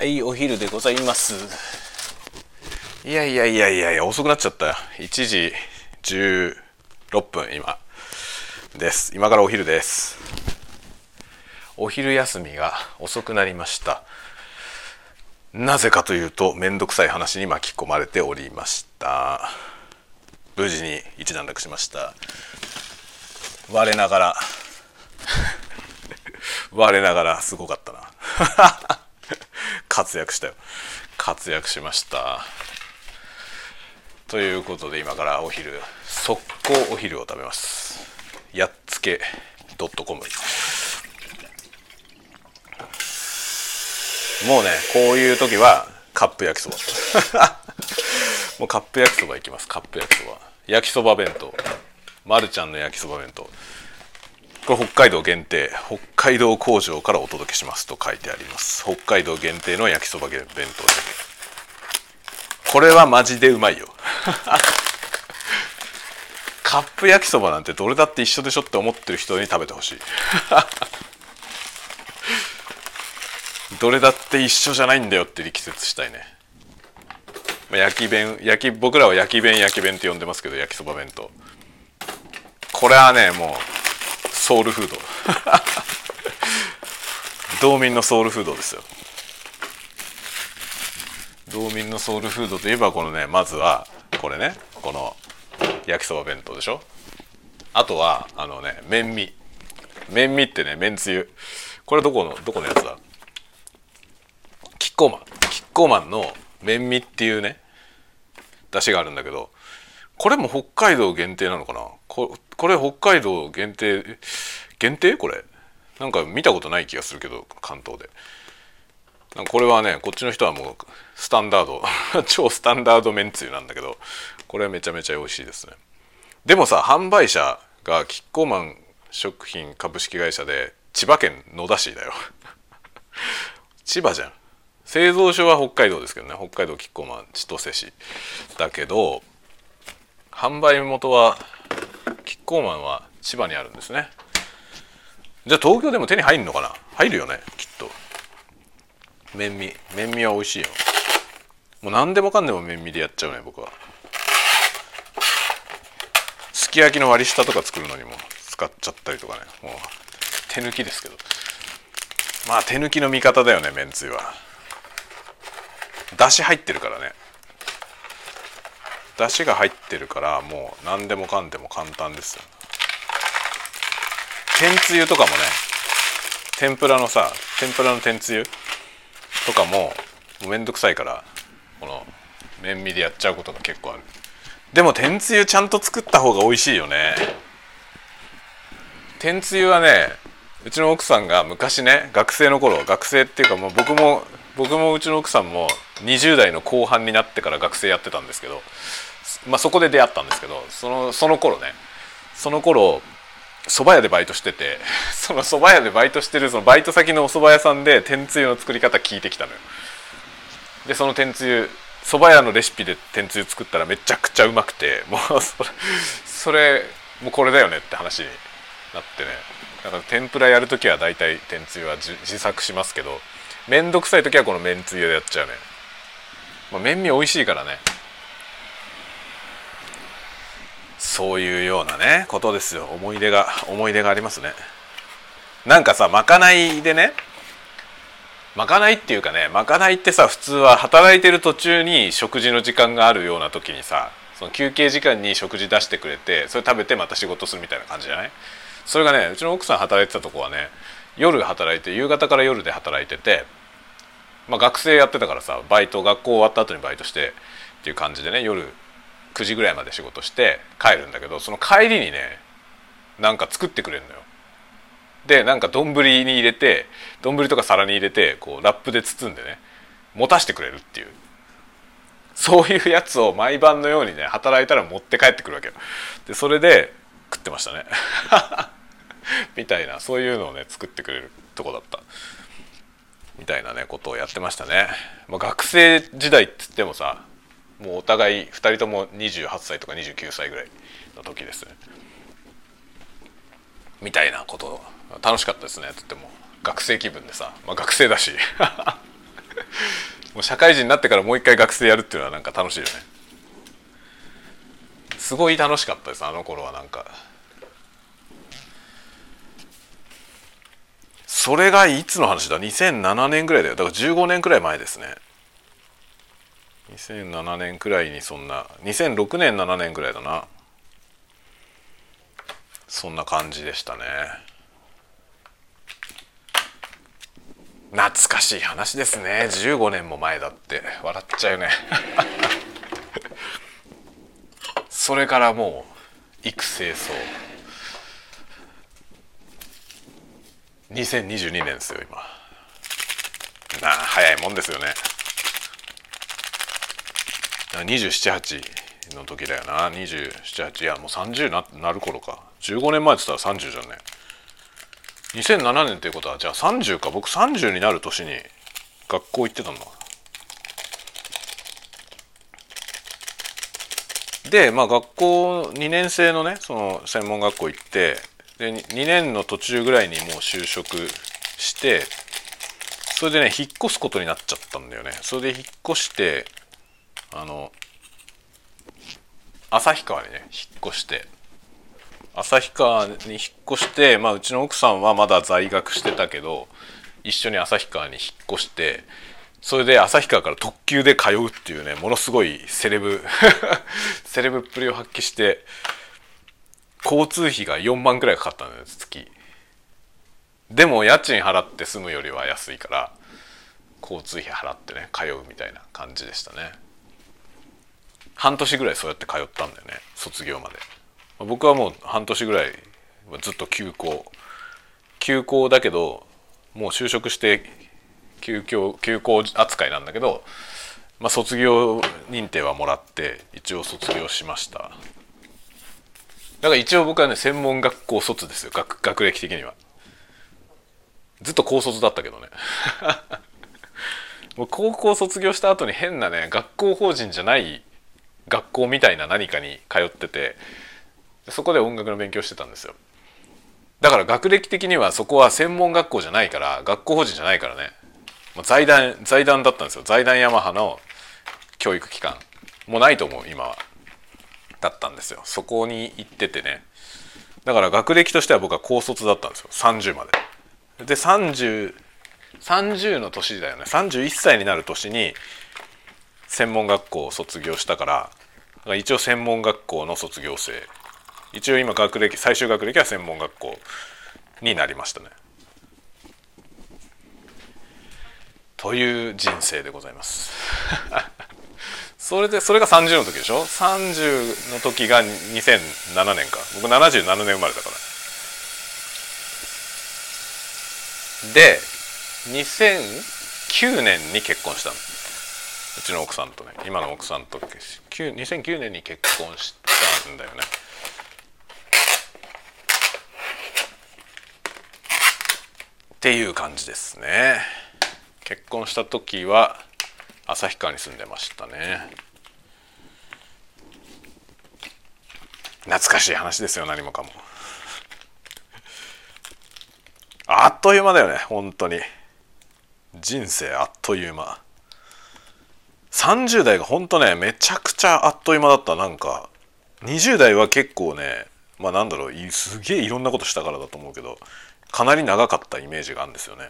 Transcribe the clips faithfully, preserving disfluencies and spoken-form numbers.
はい、お昼でございます。いやいやいやいやいや、遅くなっちゃったよ。いちじじゅうろっぷん今です。今からお昼です。お昼休みが遅くなりました。なぜかというと、めんどくさい話に巻き込まれておりました。無事に一段落しました。我ながら我ながらすごかったな活躍したよ。活躍しました。ということで、今からお昼、速攻お昼を食べます。やっつけ .com。 もうね、こういう時はカップ焼きそばもうカップ焼きそばいきます。カップ焼きそば、焼きそば弁当、まるちゃんの焼きそば弁当、これ北海道限定、北海道工場からお届けしますと書いてあります。北海道限定の焼きそば弁当です。これはマジでうまいよカップ焼きそばなんてどれだって一緒でしょって思ってる人に食べてほしいどれだって一緒じゃないんだよって力説したいね。焼き弁、焼き、僕らは焼き弁焼き弁って呼んでますけど、焼きそば弁当、これはね、もうソウルフード道民のソウルフードですよ。道民のソウルフードといえばこのね、まずはこれね、この焼きそば弁当でしょ。あとはあのね、麺味。麺味ってね、麺つゆ、これどこのどこのやつだ、キッコーマンキッコーマンの麺味っていうね、出汁があるんだけど、これも北海道限定なのかな。 こ, これ北海道限定限定これなんか見たことない気がするけど、関東で。なんかこれはね、こっちの人はもうスタンダード超スタンダードめんつゆなんだけど、これはめちゃめちゃ美味しいですね。でもさ、販売者がキッコーマン食品株式会社で千葉県野田市だよ千葉じゃん。製造所は北海道ですけどね、北海道キッコーマン千歳市だけど、販売元はキッコーマンは千葉にあるんですね。じゃあ東京でも手に入るのかな。入るよね、きっと。麺味、麺味は美味しいよ。もう何でもかんでも麺味でやっちゃうね、僕は。すき焼きの割り下とか作るのにも使っちゃったりとかね、もう手抜きですけど、まあ手抜きの味方だよね、めんつゆは。だし入ってるからね、だしが入ってるから、もう何でもかんでも簡単ですよ。天つゆとかもね、天ぷらのさ、天ぷらの天つゆとかもめんどくさいから、この麺味でやっちゃうことが結構ある。でも天つゆちゃんと作った方が美味しいよね。天つゆはね、うちの奥さんが昔ね、学生の頃、学生っていうかもう僕も僕もうちの奥さんもにじゅう代の後半になってから学生やってたんですけど、まあそこで出会ったんですけど、そのその頃ね、その頃蕎麦屋でバイトしてて、その蕎麦屋でバイトしてるそのバイト先のお蕎麦屋さんで天つゆの作り方聞いてきたのよ。でその天つゆ、蕎麦屋のレシピで天つゆ作ったらめちゃくちゃうまくて、もうそれそれもうこれだよねって話になってね。だから天ぷらやるときは大体天つゆは自作しますけど、めんどくさいときはこのめんつゆでやっちゃうね。まあ、麺味美味しいからね。そういうようなねことですよ。思い出が思い出がありますね。なんかさ、まかないでね、まかないっていうかね、まかないってさ、普通は働いてる途中に食事の時間があるような時にさ、その休憩時間に食事出してくれて、それ食べてまた仕事するみたいな感じじゃない。それがね、うちの奥さん働いてたとこはね、夜働いて、夕方から夜で働いてて、まあ学生やってたからさ、バイト、学校終わった後にバイトしてっていう感じでね、夜くじぐらいまで仕事して帰るんだけど、その帰りにね、なんか作ってくれるのよ。でなんか丼に入れて、丼とか皿に入れて、こうラップで包んでね、持たしてくれるっていう、そういうやつを毎晩のようにね、働いたら持って帰ってくるわけよ。でそれで食ってましたねみたいな、そういうのをね作ってくれるとこだったみたいなねことをやってましたね。まあ、学生時代って言ってもさ、もうお互いふたりともにじゅうはっさいとかにじゅうきゅうさいぐらいの時ですね。みたいなことを楽しかったですね。とっても学生気分でさ、まあ、学生だしもう社会人になってからもう一回学生やるっていうのはなんか楽しいよね。すごい楽しかったですあの頃は。なんかそれがいつの話だ、にせんななねんぐらいだよ。だからじゅうごねんくらい前ですね。にせんななねんくらいに、そんなにせんろくねんななねんぐらいだな、そんな感じでしたね。懐かしい話ですね。じゅうごねんも前だって笑っちゃうよねそれからもう幾清掃にせんにじゅうにねんですよ今。なあ早いもんですよね。にじゅうなな、はちの時だよな。にじゅうなな、はち、いやもうさんじゅうななる頃か。じゅうごねんまえって言ったらさんじゅうじゃんね。にせんななねんっていうことはじゃあさんじゅうか。僕さんじゅうになる年に学校行ってたんだ。でまあ学校にねん生のねその専門学校行って、でにねんの途中ぐらいにもう就職して、それでね引っ越すことになっちゃったんだよね。それで引っ越してあの旭川にね引っ越して旭川に引っ越して、まあ、うちの奥さんはまだ在学してたけど一緒に旭川に引っ越して、それで旭川から特急で通うっていうね、ものすごいセレブセレブっぷりを発揮して、交通費がよんまんくらいかかったんだよ月。でも家賃払って住むよりは安いから交通費払ってね通うみたいな感じでしたね。半年ぐらいそうやって通ったんだよね卒業まで。僕はもう半年ぐらいずっと休校休校だけど、もう就職して休校休校扱いなんだけど、まあ、卒業認定はもらって一応卒業しました。だから一応僕はね専門学校卒ですよ。 学, 学歴的にはずっと高卒だったけどねもう高校卒業した後に変なね学校法人じゃない学校みたいな何かに通ってて、そこで音楽の勉強してたんですよ。だから学歴的にはそこは専門学校じゃないから、学校法人じゃないからね、財団財団だったんですよ。財団ヤマハの教育機関もうないと思う今はだったんですよ。そこに行っててね。だから学歴としては僕は高卒だったんですよさんじゅうまで。でさんじゅう、さんじゅうの年だよね。さんじゅういっさいになる年に専門学校を卒業したから、だから一応専門学校の卒業生、一応今学歴最終学歴は専門学校になりましたねという人生でございますそれでそれがさんじゅうの時でしょ。さんじゅうの時がにせんななねんか。僕ななじゅうななねん生まれだから。でにせんきゅうねんに結婚したの、うちの奥さんとね。今の奥さんとにせんきゅうねんに結婚したんだよね。っていう感じですね。結婚した時は旭川に住んでましたね。懐かしい話ですよ何もかも。あっという間だよね本当に。人生あっという間。さんじゅう代が本当ねめちゃくちゃあっという間だった。なんかにじゅう代は結構ね、まあなんだろう、すげえいろんなことしたからだと思うけど、かなり長かったイメージがあるんですよね。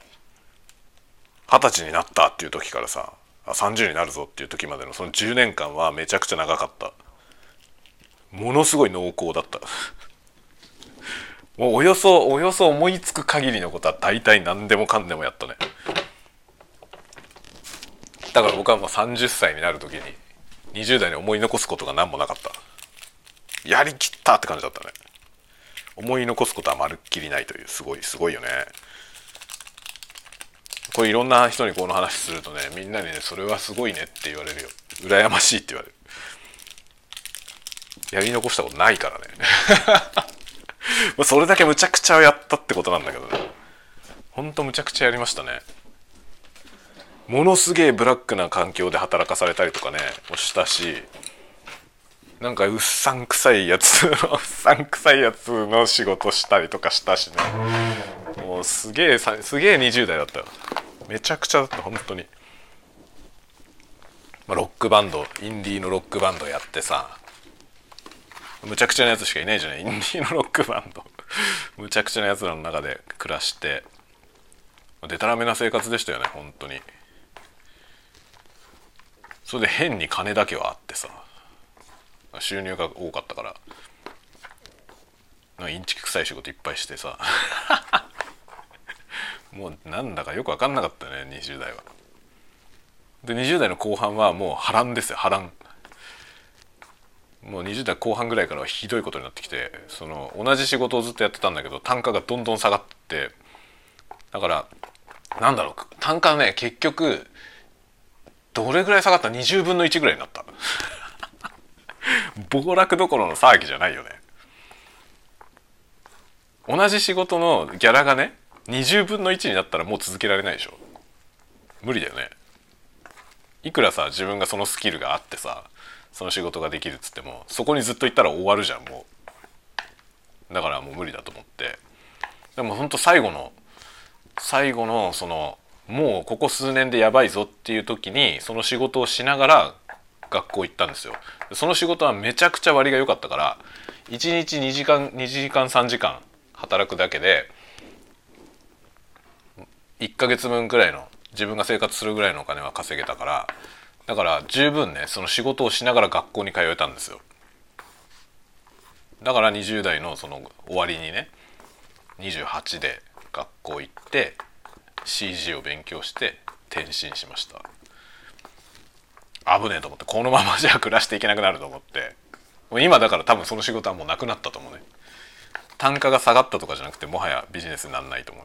はたちになったっていう時からさ、さんじゅうになるぞっていう時までのそのじゅうねんかんはめちゃくちゃ長かった。ものすごい濃厚だったもうおよそおよそ思いつく限りのことは大体何でもかんでもやったね。だから僕はもうさんじゅっさいになる時ににじゅう代に思い残すことが何もなかった。やりきったって感じだったね。思い残すことはまるっきりないという、すごいすごいよね。これいろんな人にこの話するとね、みんなにねそれはすごいねって言われるよ。羨ましいって言われる。やり残したことないからねそれだけむちゃくちゃやったってことなんだけどね。ほんとむちゃくちゃやりましたね。ものすげえブラックな環境で働かされたりとかねもしたし、なんかうっさんくさいやつのうっさんくさいやつの仕事したりとかしたしね。もうすげえすげえにじゅう代だったよ。めちゃくちゃだった本当に。 まあ、ロックバンドインディーのロックバンドやってさ、むちゃくちゃなやつしかいないじゃない、インディーのロックバンドむちゃくちゃなやつらの中で暮らして、でたらめな生活でしたよね本当に。それで変に金だけはあってさ、収入が多かったからなんかインチキ臭い仕事いっぱいしてさもうなんだかよく分かんなかったねにじゅう代は。でにじゅう代の後半はもう波乱ですよ、波乱。もうにじゅう代後半ぐらいからはひどいことになってきて、その同じ仕事をずっとやってたんだけど単価がどんどん下がって、だからなんだろう、単価ね結局どれぐらい下がった、にじゅうぶんのいちぐらいになった暴落どころの騒ぎじゃないよね。同じ仕事のギャラがねにじゅうぶんのいちになったらもう続けられないでしょ。無理だよね。いくらさ自分がそのスキルがあってさその仕事ができるっつってもそこにずっと行ったら終わるじゃんもう。だからもう無理だと思って、でもほんと最後の最後のそのもうここ数年でやばいぞっていう時にその仕事をしながら学校行ったんですよ。その仕事はめちゃくちゃ割が良かったからいちにちにじかんにじかんさんじかん働くだけでいっかげつぶんくらいの自分が生活するぐらいのお金は稼げたから、だから十分ねその仕事をしながら学校に通えたんですよ。だからにじゅう代のその終わりにねにじゅうはちで学校行って シージー を勉強して転身しました。危ねえと思って、このままじゃ暮らしていけなくなると思って、もう今だから多分その仕事はもうなくなったと思うね。単価が下がったとかじゃなくてもはやビジネスにならないと思う。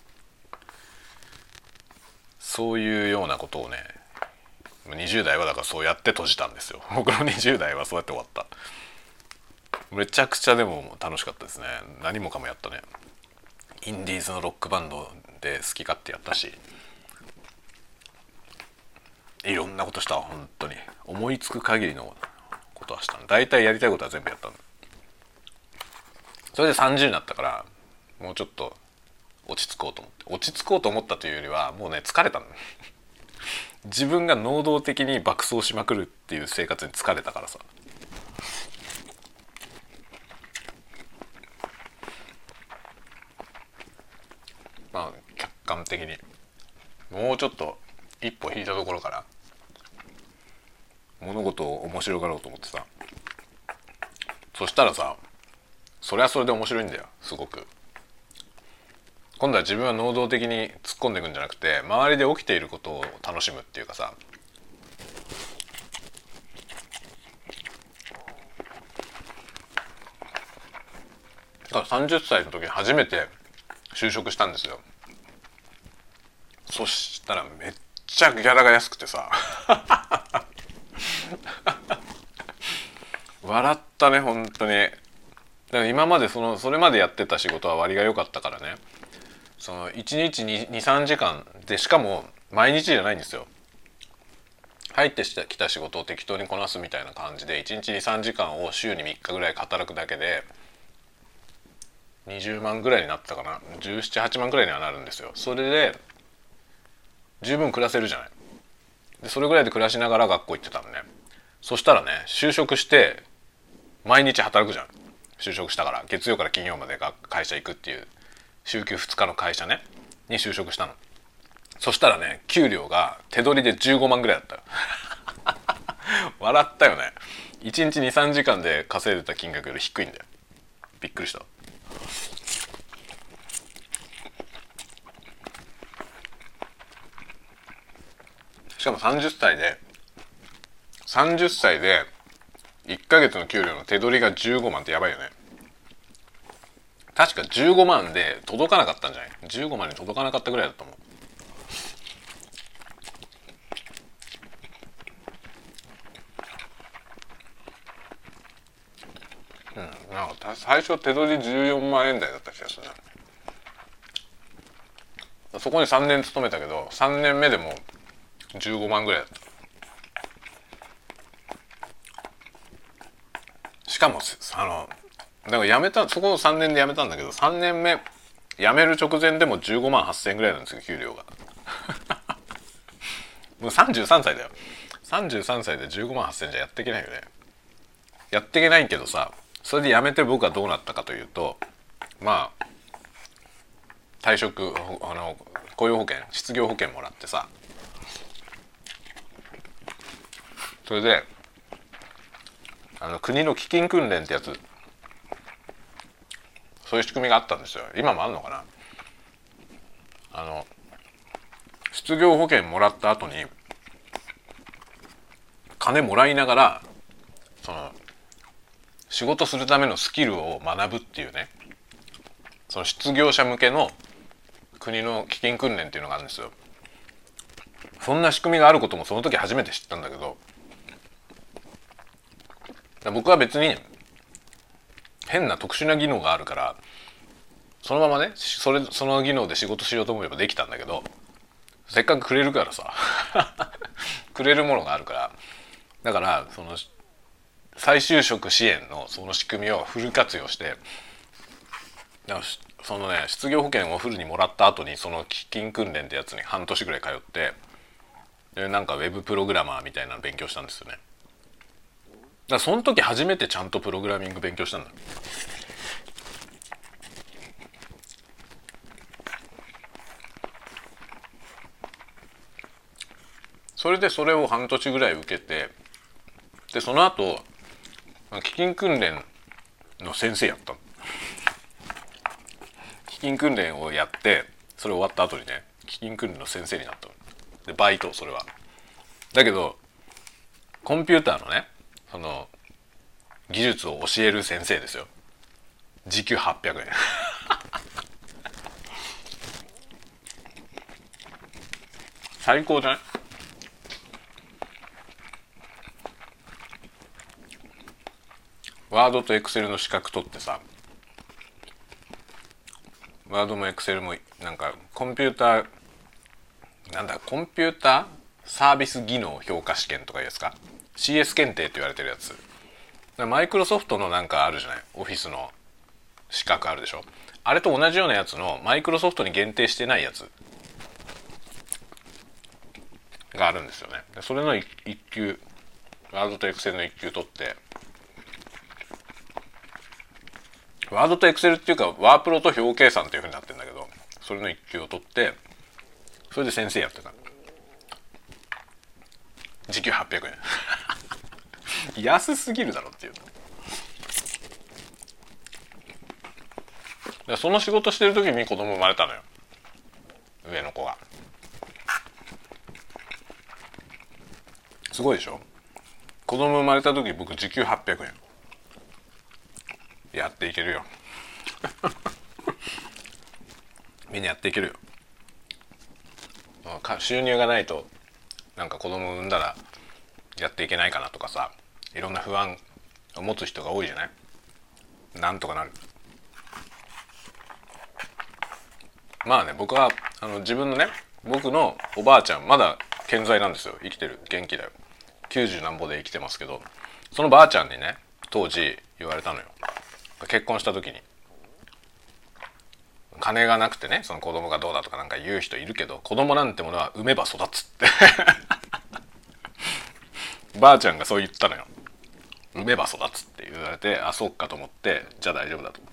そういうようなことをねにじゅう代はだからそうやって閉じたんですよ。僕のにじゅう代はそうやって終わった。めちゃくちゃでも楽しかったですね。何もかもやったね。インディーズのロックバンドで好き勝手やったし、いろんなことした。本当に思いつく限りのことはしたの。大体やりたいことは全部やったの。それでさんじゅうになったからもうちょっと落ち着こうと思って、落ち着こうと思ったというよりはもうね疲れたの自分が能動的に爆走しまくるっていう生活に疲れたからさ。まあ客観的にもうちょっと一歩引いたところから物事を面白がろうと思ってさ、そしたらさそれはそれで面白いんだよすごく。今度は自分は能動的に突っ込んでいくんじゃなくて周りで起きていることを楽しむっていうかさ、だからさんじゅっさいの時に初めて就職したんですよ。そしたらめっちゃギャラが安くてさ笑ったね本当に。だから今までそのそれまでやってた仕事は割が良かったからね、そのいちにちにさんじかんで、しかも毎日じゃないんですよ。入ってきた仕事を適当にこなすみたいな感じでいちにちにさんじかんを週にみっかぐらい働くだけでにじゅうまんぐらいになったかな、じゅうなな、はちまんぐらいにはなるんですよ。それで十分暮らせるじゃない。でそれぐらいで暮らしながら学校行ってたのね。そしたらね就職して毎日働くじゃん。就職したから月曜から金曜までが会社行くっていう週休ふつかの会社ねに就職したの。そしたらね給料が手取りでじゅうごまんぐらいだったよ笑ったよね。いちにちにさんじかんで稼いでた金額より低いんだよ。びっくりした。しかもさんじゅっさいでさんじゅっさいでいっかげつの給料の手取りがじゅうごまんってやばいよね。確かじゅうごまんで届かなかったんじゃない？ じゅうご 万に届かなかったぐらいだと思う。うん、なんか最初手取りじゅうよんまんえん台だった気がするな。そこにさんねん勤めたけどさんねんめでもじゅうごまんぐらいだった。しかもあのだから辞めた、そこをさんねんで辞めたんだけどさんねんめ辞める直前でもじゅうごまんはっせんえんぐらいなんですよ給料がもうさんじゅうさんさいだよ。 さんじゅうさんさいでじゅうごまんはっせんじゃやっていけないよね。やっていけないけどさ、それで辞めて僕はどうなったかというと、まあ退職、あの雇用保険、失業保険もらってさ、それであの国の基金訓練ってやつ、そういう仕組みがあったんですよ。今もあるのかな。あの失業保険もらった後に金もらいながらその仕事するためのスキルを学ぶっていうね、その失業者向けの国の基金訓練っていうのがあるんですよ。そんな仕組みがあることもその時初めて知ったんだけど、僕は別に変な特殊な技能があるからそのままね、それその技能で仕事しようと思えばできたんだけど、せっかくくれるからさくれるものがあるから、だからその再就職支援のその仕組みをフル活用して、だからそのね失業保険をフルにもらった後にその基金訓練ってやつに半年ぐらい通って、でなんかウェブプログラマーみたいなの勉強したんですよね。だからその時初めてちゃんとプログラミング勉強したんだ。それでそれを半年ぐらい受けて、でその後基金訓練の先生やったの。基金訓練をやってそれ終わった後にね、基金訓練の先生になったの。でバイト、それはだけどコンピューターのねその技術を教える先生ですよ。時給はっぴゃくえん最高じゃない？ワードとエクセルの資格取ってさ、ワードもエクセルもなんかコンピューターなんだコンピューターサービス技能評価試験とかいうやつか、 シーエス 検定って言われてるやつ。マイクロソフトのなんかあるじゃない、オフィスの資格あるでしょ。あれと同じようなやつのマイクロソフトに限定してないやつがあるんですよね。それの一級、ワードとエクセルの一級取って、ワードとエクセルっていうかワープロと表計算っていう風になってるんだけど、それの一級を取ってそれで先生やってた。時給はっぴゃくえん安すぎるだろっていう。その仕事してる時に子供生まれたのよ、上の子が。すごいでしょ。子供生まれた時僕時給はっぴゃくえんやっていけるよみんなやっていけるよ。収入がないとなんか子供産んだらやっていけないかなとかさ、いろんな不安を持つ人が多いじゃない。なんとかなる。まあね、僕はあの自分のね、僕のおばあちゃんまだ健在なんですよ。生きてる、元気だよ。きゅうじゅうなんぼで生きてますけど、そのばあちゃんにね当時言われたのよ。結婚した時に金がなくてね、その子供がどうだとかなんか言う人いるけど、子供なんてものは産めば育つってばあちゃんがそう言ったのよ。産めば育つって言われて、あ、そうかと思って、じゃあ大丈夫だと。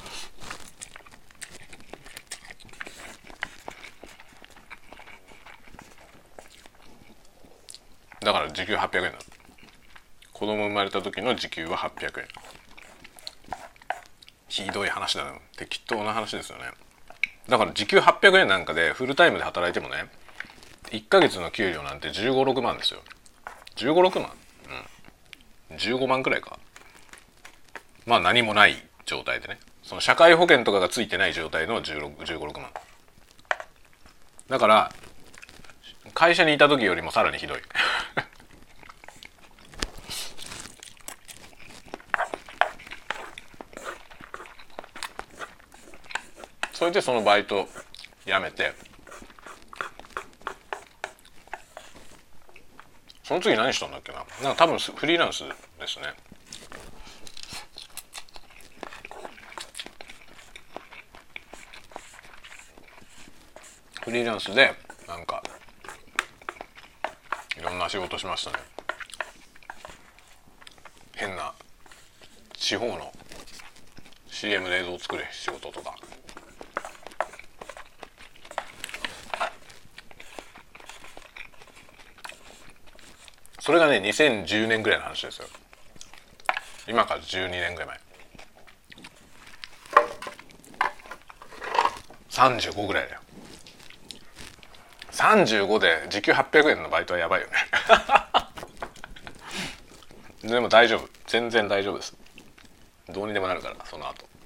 だから時給はっぴゃくえんだ。子供生まれた時の時給ははっぴゃくえん。ひどい話だな。適当な話ですよね。だから時給はっぴゃくえんなんかでフルタイムで働いてもね、いっかげつの給料なんてじゅうご、ろくまんですよ。じゅうご、ろくまん、うん、じゅうごまんくらいか。まあ何もない状態でね、その社会保険とかがついてない状態のじゅうろく、じゅうご、ろくまんだから、会社にいた時よりもさらにひどいそれでそのバイト辞めて、その次何したんだっけな。なんか多分フリーランスですね。フリーランスでなんかいろんな仕事しましたね。変な地方の シーエム で映像を作る仕事とか。それがねにせんじゅうねんぐらいの話ですよ。今からじゅうにねんぐらい前。さんじゅうごぐらいだよ。さんじゅうごで時給はっぴゃくえんのバイトはやばいよね。でも大丈夫、全然大丈夫です。どうにでもなるからその後。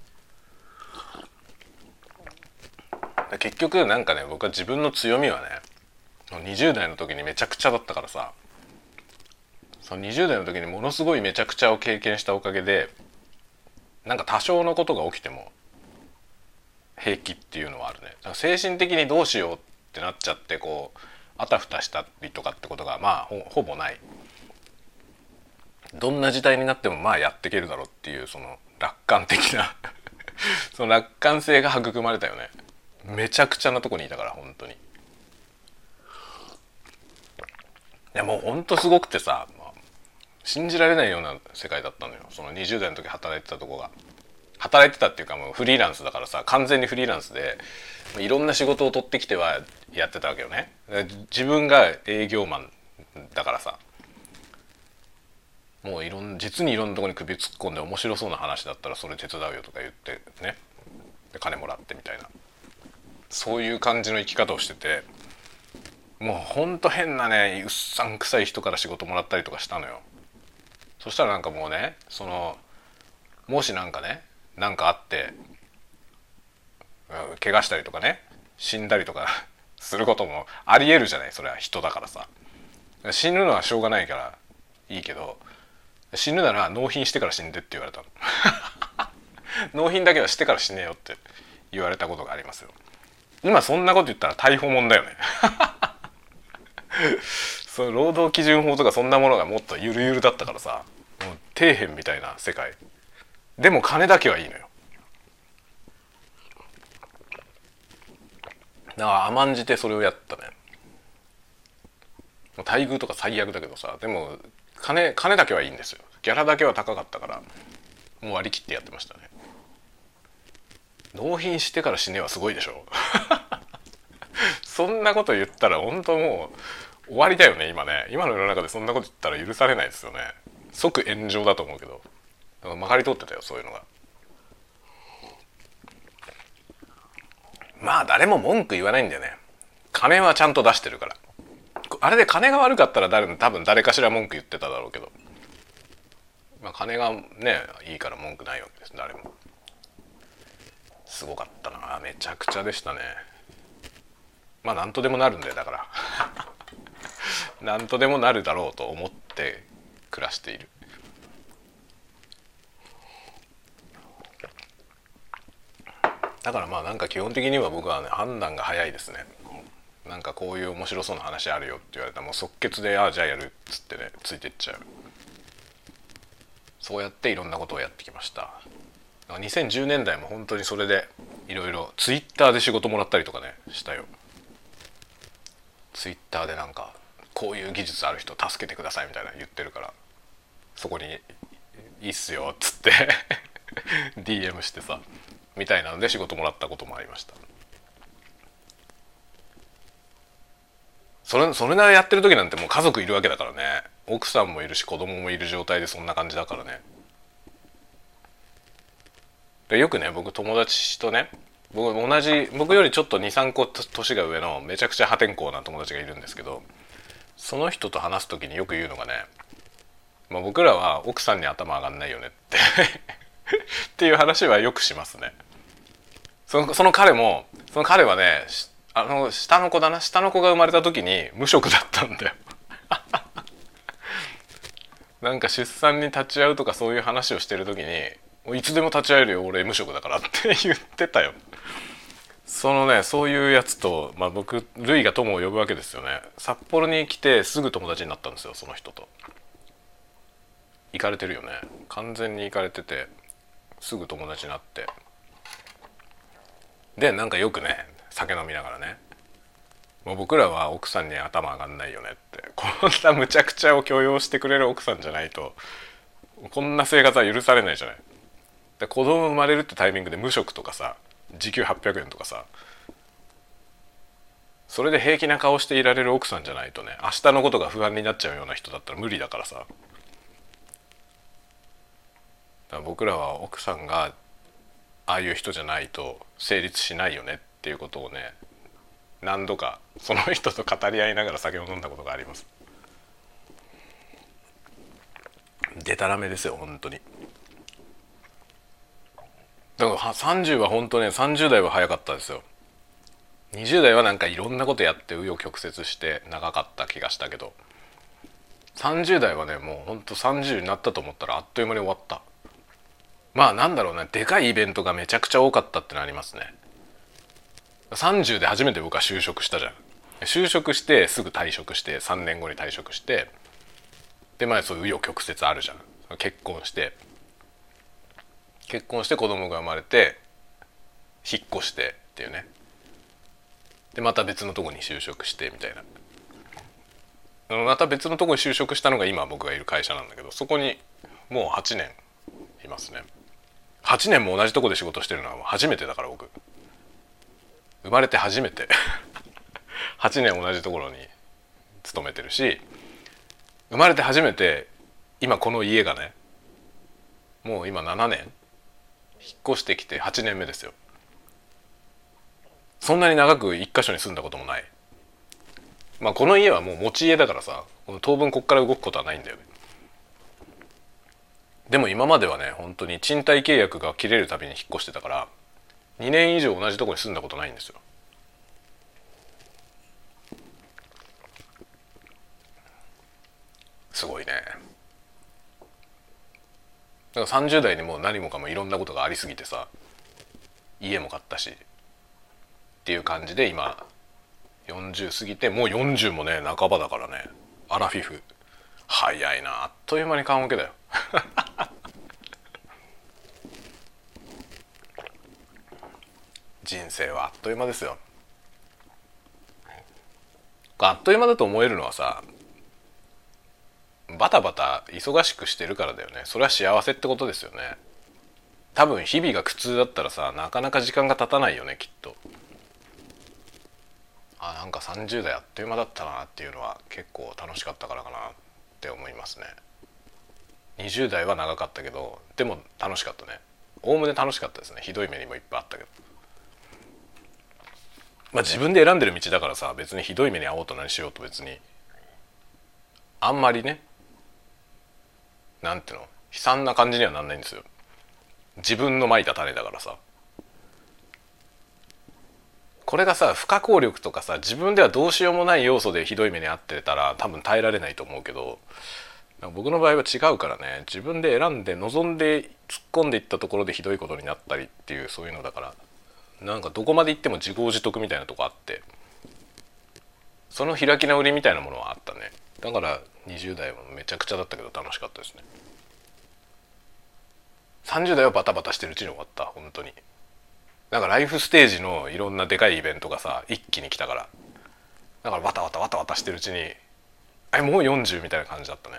結局なんかね、僕は自分の強みはね、にじゅう代の時にめちゃくちゃだったからさ、そのにじゅう代の時にものすごいめちゃくちゃを経験したおかげで、なんか多少のことが起きても平気っていうのはあるね。だから精神的にどうしようってなっちゃってこうあたふたしたりとかってことがまあ ほ, ほぼない。どんな事態になってもまあやっていけるだろうっていうその楽観的なその楽観性が育まれたよね。めちゃくちゃなとこにいたから本当に。いやもう本当すごくてさ、まあ、信じられないような世界だったのよ。そのにじゅう代の時働いてたとこが。働いてたっていうかもうフリーランスだからさ、完全にフリーランスでいろんな仕事を取ってきてはやってたわけよね。自分が営業マンだからさ、もういろん実にいろんなところに首突っ込んで面白そうな話だったらそれ手伝うよとか言ってね、で金もらってみたいな、そういう感じの生き方をしてて、もうほんと変なねうっさんくさい人から仕事もらったりとかしたのよ。そしたらなんかもうね、そのもしなんかねなんかあって怪我したりとかね死んだりとかすることもありえるじゃない。それは人だからさ、死ぬのはしょうがないからいいけど、死ぬなら納品してから死んでって言われたの。納品だけはしてから死ねよって言われたことがありますよ。今そんなこと言ったら逮捕問だよね。その労働基準法とかそんなものがもっとゆるゆるだったからさ、もう底辺みたいな世界でも金だけはいいのよ。だから甘んじてそれをやったね。待遇とか最悪だけどさ、でも金金だけはいいんですよ。ギャラだけは高かったからもう割り切ってやってましたね。納品してから死ねはすごいでしょ。そんなこと言ったら本当もう終わりだよね。今ね、今の世の中でそんなこと言ったら許されないですよね。即炎上だと思うけど、だからまかり通ってたよそういうのが。まあ誰も文句言わないんだよね。金はちゃんと出してるから。あれで金が悪かったら誰多分誰かしら文句言ってただろうけど、まあ、金がねいいから文句ないわけです。誰も。すごかったな、めちゃくちゃでしたね。まあ何とでもなるんだよだから何とでもなるだろうと思って暮らしている。だからまあなんか基本的には僕はね判断が早いですね。なんかこういう面白そうな話あるよって言われたらもう即決でああじゃあやるっつってねついてっちゃう。そうやっていろんなことをやってきました。にせんじゅうねんだいも本当にそれでいろいろツイッターで仕事もらったりとかねしたよ。ツイッターでなんかこういう技術ある人助けてくださいみたいな言ってるから、そこにいいっすよっつってディーエム してさみたいなので仕事もらったこともありました。それそれならやってる時なんてもう家族いるわけだからね。奥さんもいるし子供もいる状態でそんな感じだからね。でよくね僕友達とね、僕同じ僕よりちょっとにさんこ年が上のめちゃくちゃ破天荒な友達がいるんですけど、その人と話す時によく言うのがね、まあ、僕らは奥さんに頭上がんないよねってっていう話はよくしますね。そのその彼もその彼はねあの下の子だな下の子が生まれた時に無職だったんだよ。なんか出産に立ち会うとかそういう話をしてる時にいつでも立ち会えるよ俺無職だからって言ってたよ。そのねそういうやつと、まあ、僕ルイが友を呼ぶわけですよね。札幌に来てすぐ友達になったんですよその人と。行かれてるよね、完全に行かれててすぐ友達になって、でなんかよくね酒飲みながらね、もう僕らは奥さんに頭上がんないよねってこんなむちゃくちゃを許容してくれる奥さんじゃないとこんな生活は許されないじゃない。で子供生まれるってタイミングで無職とかさ時給はっぴゃくえんとかさ、それで平気な顔していられる奥さんじゃないとね、明日のことが不安になっちゃうような人だったら無理だからさ。だから僕らは奥さんがああいう人じゃないと成立しないよねっていうことをね、何度かその人と語り合いながら酒を飲んだことがあります。でたらめですよ本当に。だからさんじゅうは本当ね、さんじゅう代は早かったですよ。にじゅう代はなんかいろんなことやって紆余曲折して長かった気がしたけど、さんじゅう代はねもうほんとさんじゅうになったと思ったらあっという間に終わった。まあなんだろうね、でかいイベントがめちゃくちゃ多かったってのありますね。さんじゅうで初めて僕は就職したじゃん。就職してすぐ退職してさんねんごに退職して、でまあそういう紆余曲折あるじゃん。結婚して結婚して子供が生まれて引っ越してっていうね。でまた別のとこに就職してみたいな、また別のとこに就職したのが今僕がいる会社なんだけど、そこにもうはちねんいますね。はちねんも同じとこで仕事してるのは初めてだから、僕生まれて初めてはちねん同じところに勤めてるし、生まれて初めて今この家がね、もう今ななねん引っ越してきてはちねんめですよ。そんなに長く一箇所に住んだこともない。まあこの家はもう持ち家だからさ、当分こっから動くことはないんだよね。でも今まではね本当に賃貸契約が切れるたびに引っ越してたから、にねん以上同じとこに住んだことないんですよ。すごいね。だからさんじゅう代にもう何もかもいろんなことがありすぎてさ、家も買ったしっていう感じで、今よんじゅう過ぎて、もうよんじゅうもね半ばだからね。アラフィフ早いな、あっという間に棺桶だよ人生はあっという間ですよ。あっという間だと思えるのはさ、バタバタ忙しくしてるからだよね。それは幸せってことですよね。多分日々が苦痛だったらさ、なかなか時間が経たないよねきっと。あ、なんかさんじゅう代あっという間だったなっていうのは結構楽しかったからかなって思いますね。にじゅう代は長かったけど、でも楽しかったね。おおむね楽しかったですね。ひどい目にもいっぱいあったけど、まあ自分で選んでる道だからさ、別にひどい目に遭おうと何しようと別にあんまりね、なんていうの、悲惨な感じにはなんないんですよ。自分の蒔いた種だからさ。これがさ不可抗力とかさ、自分ではどうしようもない要素でひどい目に遭ってたら多分耐えられないと思うけど、僕の場合は違うからね、自分で選んで望んで突っ込んでいったところでひどいことになったりっていう、そういうのだから、なんかどこまで行っても自業自得みたいなとこあって、その開き直りみたいなものはあったね。だからにじゅう代はめちゃくちゃだったけど楽しかったですね。さんじゅう代はバタバタしてるうちに終わった。本当になんかライフステージのいろんなでかいイベントがさ一気に来たから、だからバタバタバタバタしてるうちに、あれもうよんじゅうみたいな感じだったね。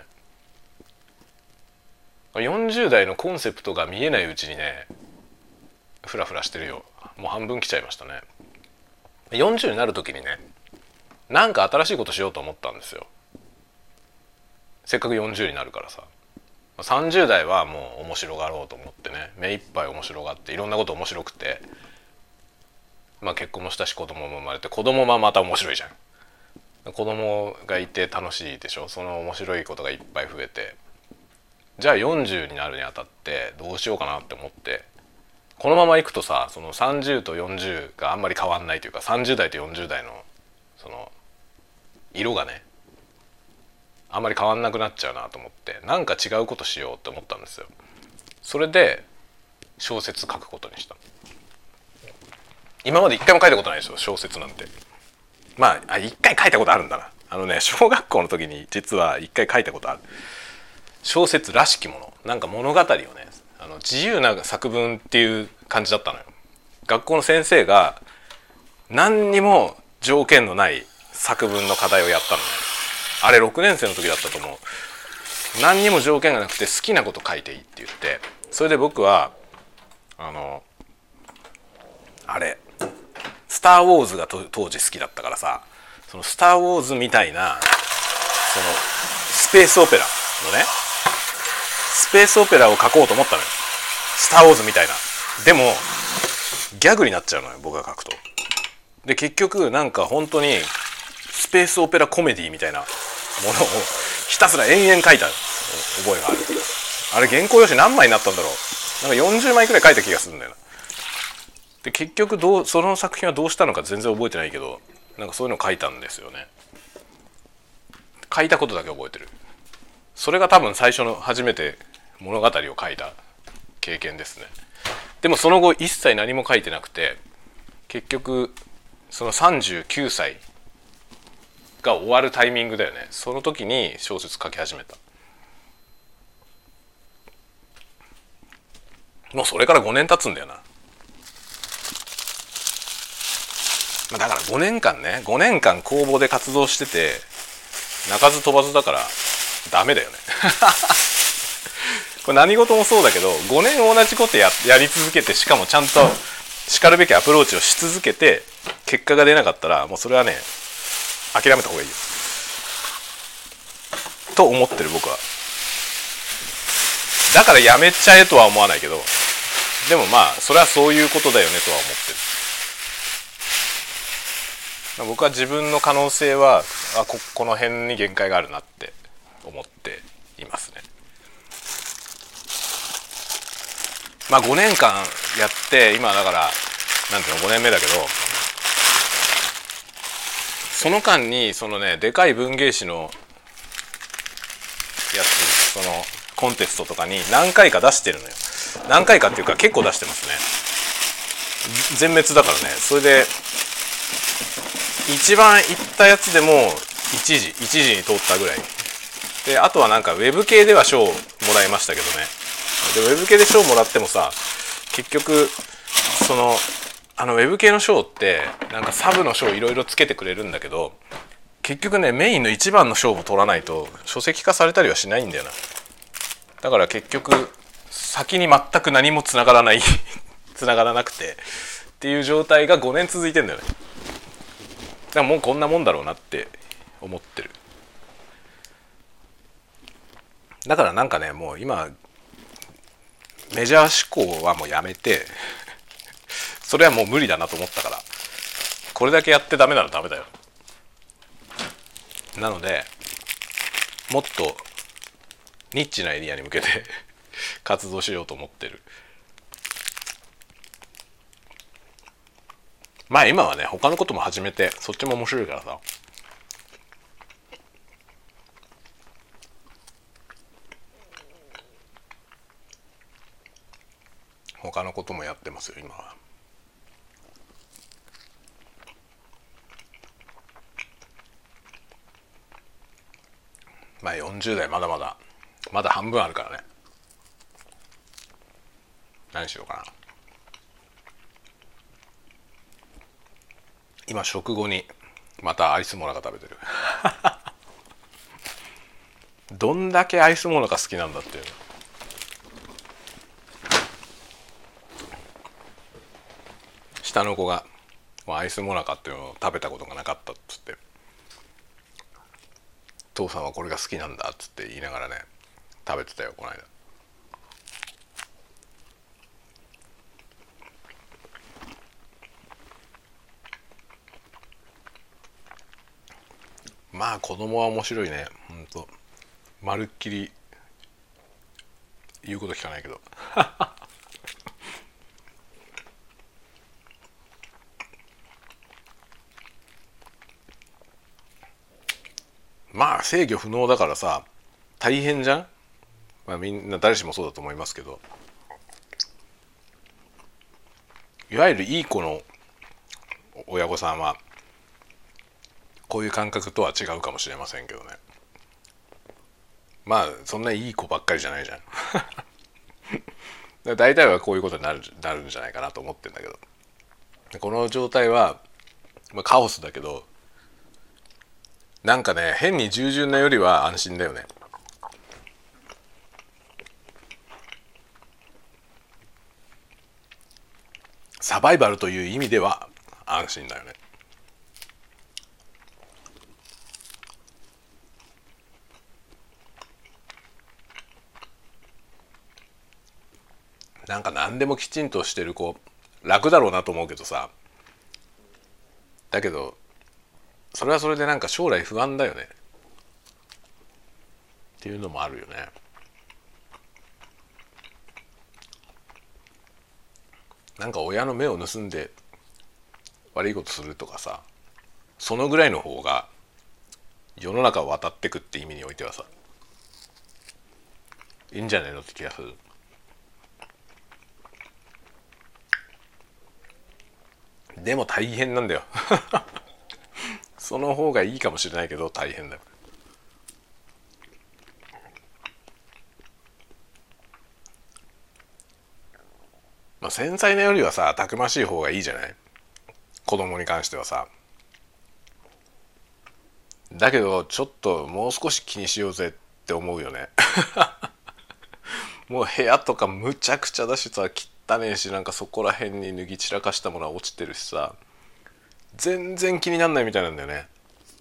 よんじゅう代のコンセプトが見えないうちにねフラフラしてるよ。もう半分来ちゃいましたね。よんじゅうになる時にね、なんか新しいことしようと思ったんですよ。せっかくよんじゅうになるからさ。さんじゅう代はもう面白がろうと思ってね、目いっぱい面白がって、いろんなこと面白くて、まあ結婚もしたし子供も生まれて、子供はまた面白いじゃん。子供がいて楽しいでしょ。その面白いことがいっぱい増えて、じゃあよんじゅうになるにあたってどうしようかなって思って、このままいくとさ、そのさんじゅうとよんじゅうがあんまり変わんないというか、さんじゅう代とよんじゅう代のその色がねあんまり変わんなくなっちゃうなと思って、なんか違うことしようって思ったんですよ。それで小説書くことにした。今まで一回も書いたことないですよ小説なんて。まあ一回書いたことあるんだな。あのね、小学校の時に実は一回書いたことある小説らしきもの、なんか物語をね、あの自由な作文っていう感じだったのよ。学校の先生が何にも条件のない作文の課題をやったのね。 あれろくねん生の時だったと思う。何にも条件がなくて好きなこと書いていいって言って、それで僕はあのあれスター・ウォーズが当時好きだったからさ、そのスター・ウォーズみたいなそのスペースオペラのね、スペースオペラを書こうと思ったのよ、スター・ウォーズみたいな。でもギャグになっちゃうのよ、僕が書くと。で結局なんか本当にスペースオペラコメディみたいなものをひたすら延々書いた覚えがある。あれ原稿用紙何枚になったんだろう。なんかよんじゅうまいくらい書いた気がするんだよな。で結局どうその作品はどうしたのか全然覚えてないけど、なんかそういうの書いたんですよね。書いたことだけ覚えてる。それが多分最初の初めて物語を書いた経験ですね。でもその後一切何も書いてなくて、結局そのさんじゅうきゅうさいが終わるタイミングだよね。その時に小説書き始めた。もうそれからごねん経つんだよな。だからごねんかんね、ごねんかん公募で活動してて鳴かず飛ばずだからダメだよねこれ何事もそうだけど、ごねん同じこと や, やり続けて、しかもちゃんとしかるべきアプローチをし続けて結果が出なかったら、もうそれはね諦めた方がいいよと思ってる僕は。だからやめちゃえとは思わないけど、でもまあそれはそういうことだよねとは思ってる。僕は自分の可能性はあ こ, この辺に限界があるなって思っていますね。まあごねんかんやって今だからなんていうのごねんめだけど、その間にそのねでかい文芸誌のやつ、そのコンテストとかに何回か出してるのよ。何回かっていうか結構出してますね。全滅だからね。それで一番いったやつでも一時一時に通ったぐらいで、あとはなんかウェブ系では賞もらいましたけどね。でウェブ系で賞もらってもさ、結局そのあのウェブ系の賞ってなんかサブの賞いろいろつけてくれるんだけど、結局ねメインの一番の賞を取らないと書籍化されたりはしないんだよな。だから結局先に全く何もつながらないつながらなくてっていう状態がごねん続いてんだよね。だからもうこんなもんだろうなって思ってる。だからなんかね、もう今メジャー志向はもうやめてそれはもう無理だなと思ったから、これだけやってダメならダメだよ。なのでもっとニッチなエリアに向けて活動しようと思ってる。まあ今はね他のことも始めて、そっちも面白いからさ。他のこともやってますよ今は。まあよんじゅう代まだまだまだ半分あるからね。何しようかな。今食後にまたアイスモナカ食べてるどんだけアイスモナカ好きなんだっていう。下の子がアイスモナカっていうのを食べたことがなかったっつって、父さんはこれが好きなんだっつって言いながらね食べてたよこの間。まあ子供は面白いね。ほんとまるっきり言うこと聞かないけどまあ制御不能だからさ大変じゃん。まあみんな誰しもそうだと思いますけど、いわゆるいい子の親御さんはこういう感覚とは違うかもしれませんけどね。まあそんないい子ばっかりじゃないじゃん大体はこういうことになる、なるんじゃないかなと思ってんだけど、この状態は、まあ、カオスだけどなんかね変に従順なよりは安心だよね。サバイバルという意味では安心だよね。なんか何でもきちんとしてる子楽だろうなと思うけどさ、だけどそれはそれでなんか将来不安だよねっていうのもあるよね。なんか親の目を盗んで悪いことするとかさ、そのぐらいの方が世の中を渡ってくって意味においてはさいいんじゃないのって気がする。でも大変なんだよその方がいいかもしれないけど大変だよ。まあ繊細なよりはさたくましい方がいいじゃない、子供に関してはさ。だけどちょっともう少し気にしようぜって思うよねもう部屋とかむちゃくちゃだしさ、汚ねえし、なんかそこら辺に脱ぎ散らかしたものは落ちてるしさ、全然気になんないみたいなんだよね。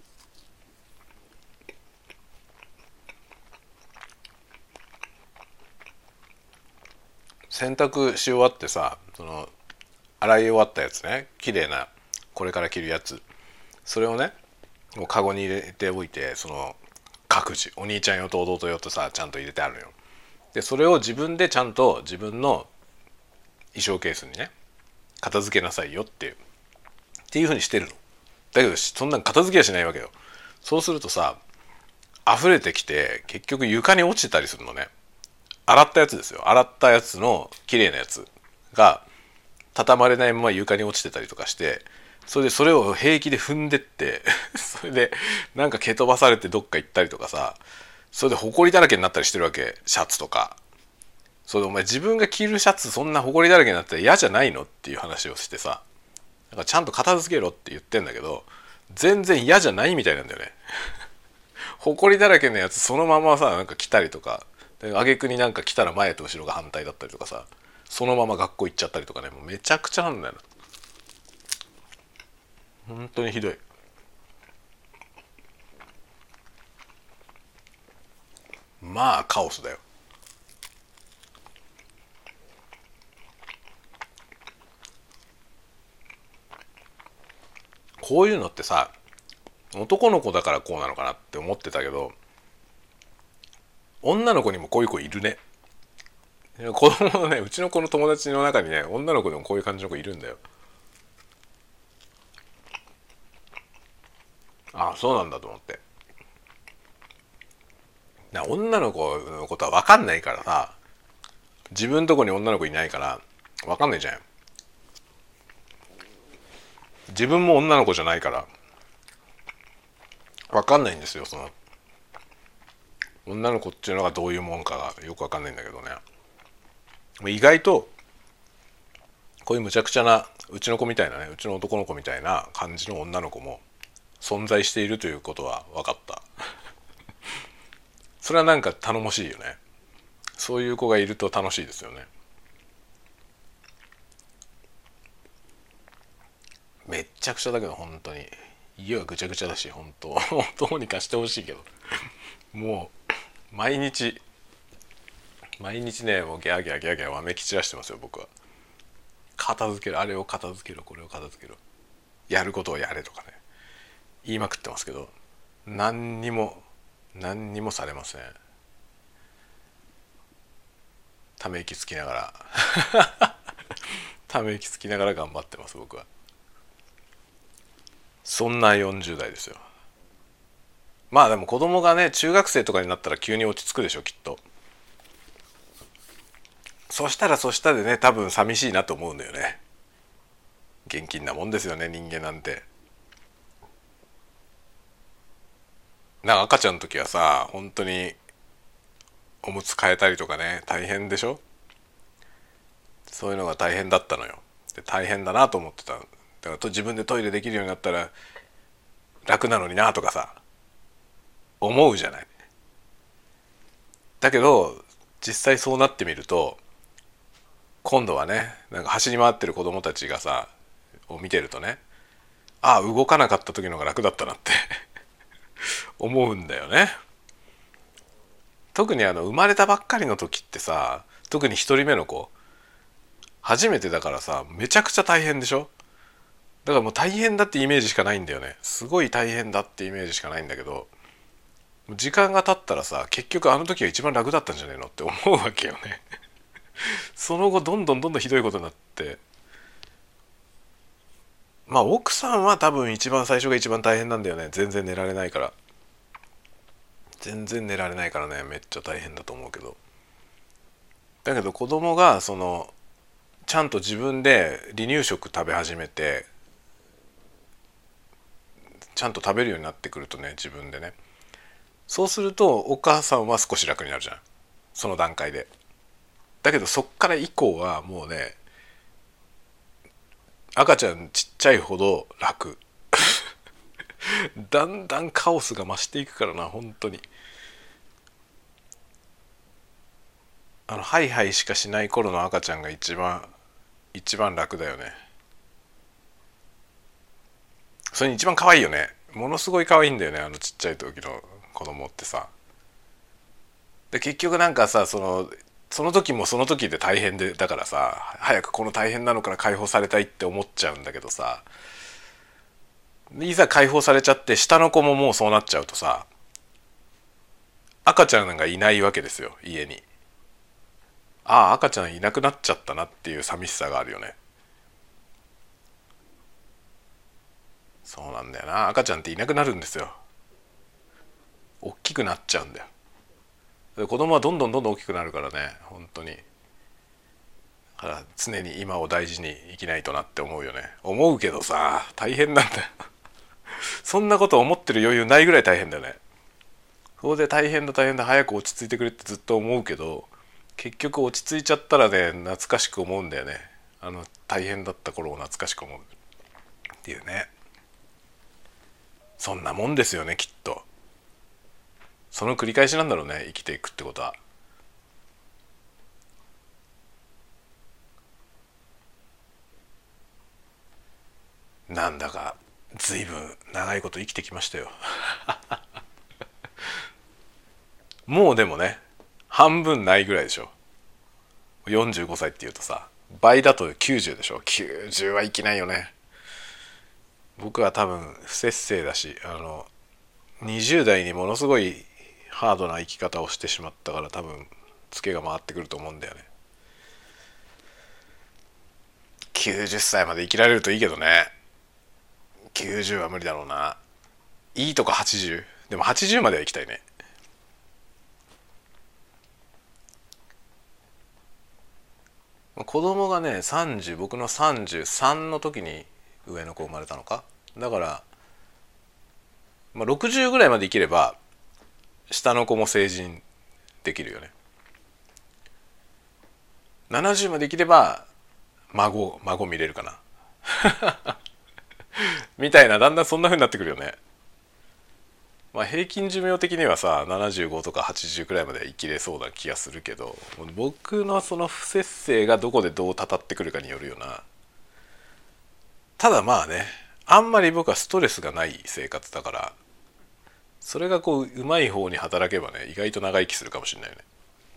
洗濯し終わってさ、その洗い終わったやつね、綺麗なこれから着るやつ、それをねもうカゴに入れておいて、その各自お兄ちゃん用と弟用とさちゃんと入れてあるのよ。でそれを自分でちゃんと自分の衣装ケースにね片付けなさいよっていうっていう風にしてるの。だけどそんなん片付けはしないわけよ。そうするとさ溢れてきて結局床に落ちてたりするのね。洗ったやつですよ、洗ったやつの綺麗なやつが畳まれないまま床に落ちてたりとかして、それでそれを平気で踏んでってそれでなんか蹴飛ばされてどっか行ったりとかさ、それで埃だらけになったりしてるわけ、シャツとか。それでお前自分が着るシャツそんな埃だらけになったら嫌じゃないのっていう話をしてさ、だからちゃんと片付けろって言ってんだけど全然嫌じゃないみたいなんだよね埃だらけのやつそのままさなんか着たりとか、挙句になんか着たら前と後ろが反対だったりとかさ、そのまま学校行っちゃったりとかね、もうめちゃくちゃなんだよな。本当にひどい。まあカオスだよ。こういうのってさ男の子だからこうなのかなって思ってたけど、女の子にもこういう子いるね。子供のね、うちの子の友達の中にね女の子でもこういう感じの子いるんだよ。ああそうなんだと思って。な女の子のことは分かんないからさ、自分のとこに女の子いないから分かんないじゃん。自分も女の子じゃないから分かんないんですよ。その女の子っていうのがどういうもんかがよく分かんないんだけどね、意外とこういうむちゃくちゃなうちの子みたいなね、うちの男の子みたいな感じの女の子も存在しているということは分かったそれはなんか頼もしいよね。そういう子がいると楽しいですよね。めっちゃくちゃだけど本当に家はぐちゃぐちゃだし、本当どうにかしてほしいけど、もう毎日毎日ねもうギャーギャーギャーギャーわめき散らしてますよ僕は。片付ける、あれを片付けろ、これを片付けろ、やることをやれとかね言いまくってますけど、何にも何にもされません。ため息つきながらため息つきながら頑張ってます僕は。そんなよんじゅう代ですよ。まあでも子供がね中学生とかになったら急に落ち着くでしょきっと。そしたらそしたでね多分寂しいなと思うんだよね。現金なもんですよね人間なんて。なんか赤ちゃんの時はさ本当におむつ替えたりとかね大変でしょ。そういうのが大変だったのよ。で大変だなと思ってた。だからと自分でトイレできるようになったら楽なのになとかさ思うじゃない。だけど実際そうなってみると、今度はね、なんか走り回ってる子供たちがさを見てるとね、ああ動かなかった時の方が楽だったなって思うんだよね。特にあの生まれたばっかりの時ってさ、特に一人目の子初めてだからさ、めちゃくちゃ大変でしょ。だからもう大変だってイメージしかないんだよね。すごい大変だってイメージしかないんだけど、時間が経ったらさ、結局あの時が一番楽だったんじゃねえのって思うわけよね。その後どんどんどんどんひどいことになって、まあ奥さんは多分一番最初が一番大変なんだよね。全然寝られないから、全然寝られないからね、めっちゃ大変だと思うけど。だけど子供がそのちゃんと自分で離乳食食べ始めて、ちゃんと食べるようになってくるとね、自分でね、そうするとお母さんは少し楽になるじゃん、その段階で。だけどそっから以降はもうね、赤ちゃんちっちゃいほど楽。だんだんカオスが増していくからな、本当に。あのハイハイしかしない頃の赤ちゃんが一番一番楽だよね。それに一番可愛いよね。ものすごい可愛いんだよね、あのちっちゃい時の子供ってさ。で結局なんかさ、そのその時もその時で大変で、だからさ、早くこの大変なのから解放されたいって思っちゃうんだけどさ、いざ解放されちゃって下の子ももうそうなっちゃうとさ、赤ちゃんがいないわけですよ、家に。ああ赤ちゃんいなくなっちゃったなっていう寂しさがあるよね。そうなんだよな、赤ちゃんっていなくなるんですよ。大きくなっちゃうんだよ。で子供はどんどんどんどん大きくなるからね、本当に。だから常に今を大事に生きないとなって思うよね。思うけどさ、大変なんだよ。そんなこと思ってる余裕ないぐらい大変だよね。そうで大変だ大変だ早く落ち着いてくれってずっと思うけど、結局落ち着いちゃったらね、懐かしく思うんだよね。あの大変だった頃を懐かしく思うっていうね。そんなもんですよね、きっと。その繰り返しなんだろうね、生きていくってことは。なんだか随分長いこと生きてきましたよ。もうでもね、半分ないぐらいでしょ。よんじゅうごさいっていうとさ、倍だときゅうじゅうでしょ。きゅうじゅうは生きないよね。僕は多分不節制だし、あのにじゅう代にものすごいハードな生き方をしてしまったから、多分ツケが回ってくると思うんだよね。きゅうじゅっさいまで生きられるといいけどね。きゅうじゅうは無理だろうな。いいとこはちじゅう。でもはちじゅうまでは行きたいね。子供がねさんじゅう、僕のさんじゅうさんの時に上の子生まれたのか。だから、まあ、ろくじゅうぐらいまで生きれば下の子も成人できるよね。ななじゅうまで生きれば孫孫見れるかな。みたいな、だんだんそんな風になってくるよね。まあ平均寿命的にはさななじゅうごとかはちじゅうくらいまで生きれそうな気がするけど、僕のその不節制がどこでどうたたってくるかによるよな。ただまあね、あんまり僕はストレスがない生活だから、それがこううまい方に働けばね、意外と長生きするかもしれないよね。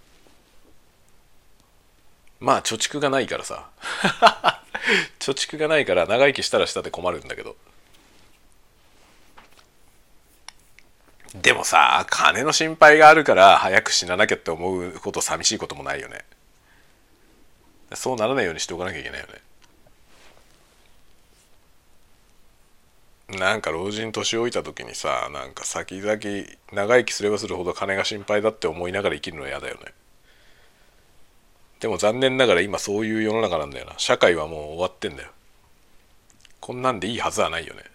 まあ貯蓄がないからさ。貯蓄がないから長生きしたらしたで困るんだけど。でもさ、金の心配があるから早く死ななきゃって思うこと寂しいこともないよね。そうならないようにしておかなきゃいけないよね。なんか老人年老いた時にさ、なんか先々長生きすればするほど金が心配だって思いながら生きるのは嫌だよね。でも残念ながら今そういう世の中なんだよな。社会はもう終わってんだよ。こんなんでいいはずはないよね。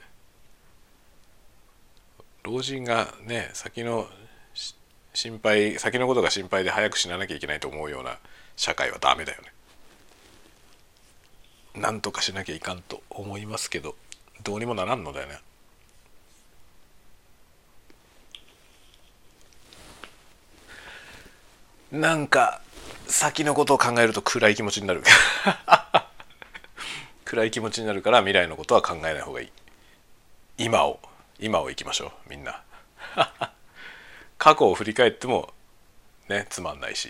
老人がね、先の心配、先のことが心配で早く死ななきゃいけないと思うような社会はダメだよね。なんとかしなきゃいかんと思いますけど、どうにもならんのだよね。 なんか先のことを考えると暗い気持ちになる暗い気持ちになるから未来のことは考えない方がいい。今を今を生きましょうみんな過去を振り返ってもねつまんないし、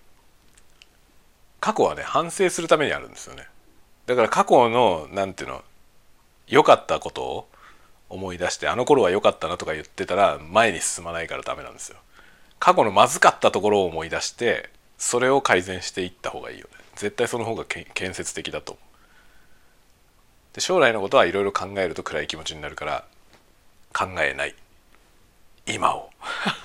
過去はね反省するためにあるんですよね。だから過去のなんていうの良かったことを思い出して、あの頃は良かったなとか言ってたら前に進まないからダメなんですよ。過去のまずかったところを思い出してそれを改善していった方がいいよね。絶対その方が建設的だと思う。で将来のことはいろいろ考えると暗い気持ちになるから考えない、今を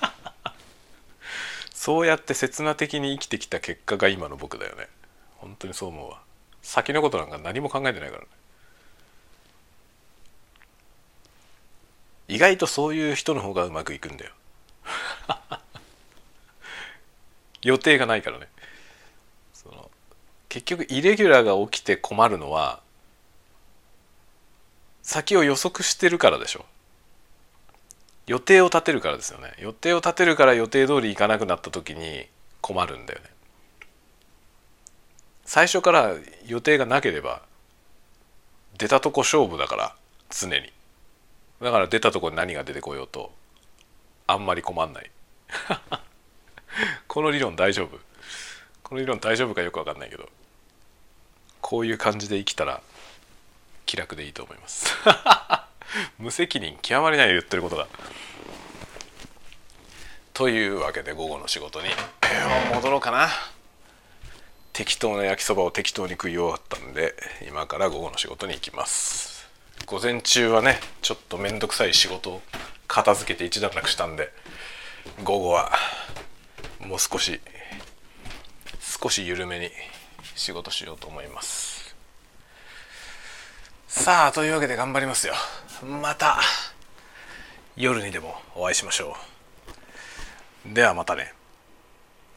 そうやって刹那的に生きてきた結果が今の僕だよね。本当にそう思うわ。先のことなんか何も考えてないからね。意外とそういう人の方がうまくいくんだよ予定がないからね。その結局イレギュラーが起きて困るのは先を予測してるからでしょ。予定を立てるからですよね。予定を立てるから予定通りいかなくなった時に困るんだよね。最初から予定がなければ出たとこ勝負だから、常に。だから出たとこに何が出てこようとあんまり困んないこの理論大丈夫この理論大丈夫かよく分かんないけど、こういう感じで生きたら気楽でいいと思います無責任極まりない言ってることが。というわけで午後の仕事に戻ろうかな。適当な焼きそばを適当に食い終わったんで今から午後の仕事に行きます。午前中はねちょっとめんどくさい仕事を片付けて一段落したんで、午後はもう少し少し緩めに仕事しようと思います。さあというわけで頑張りますよ。また夜にでもお会いしましょう。ではまたね。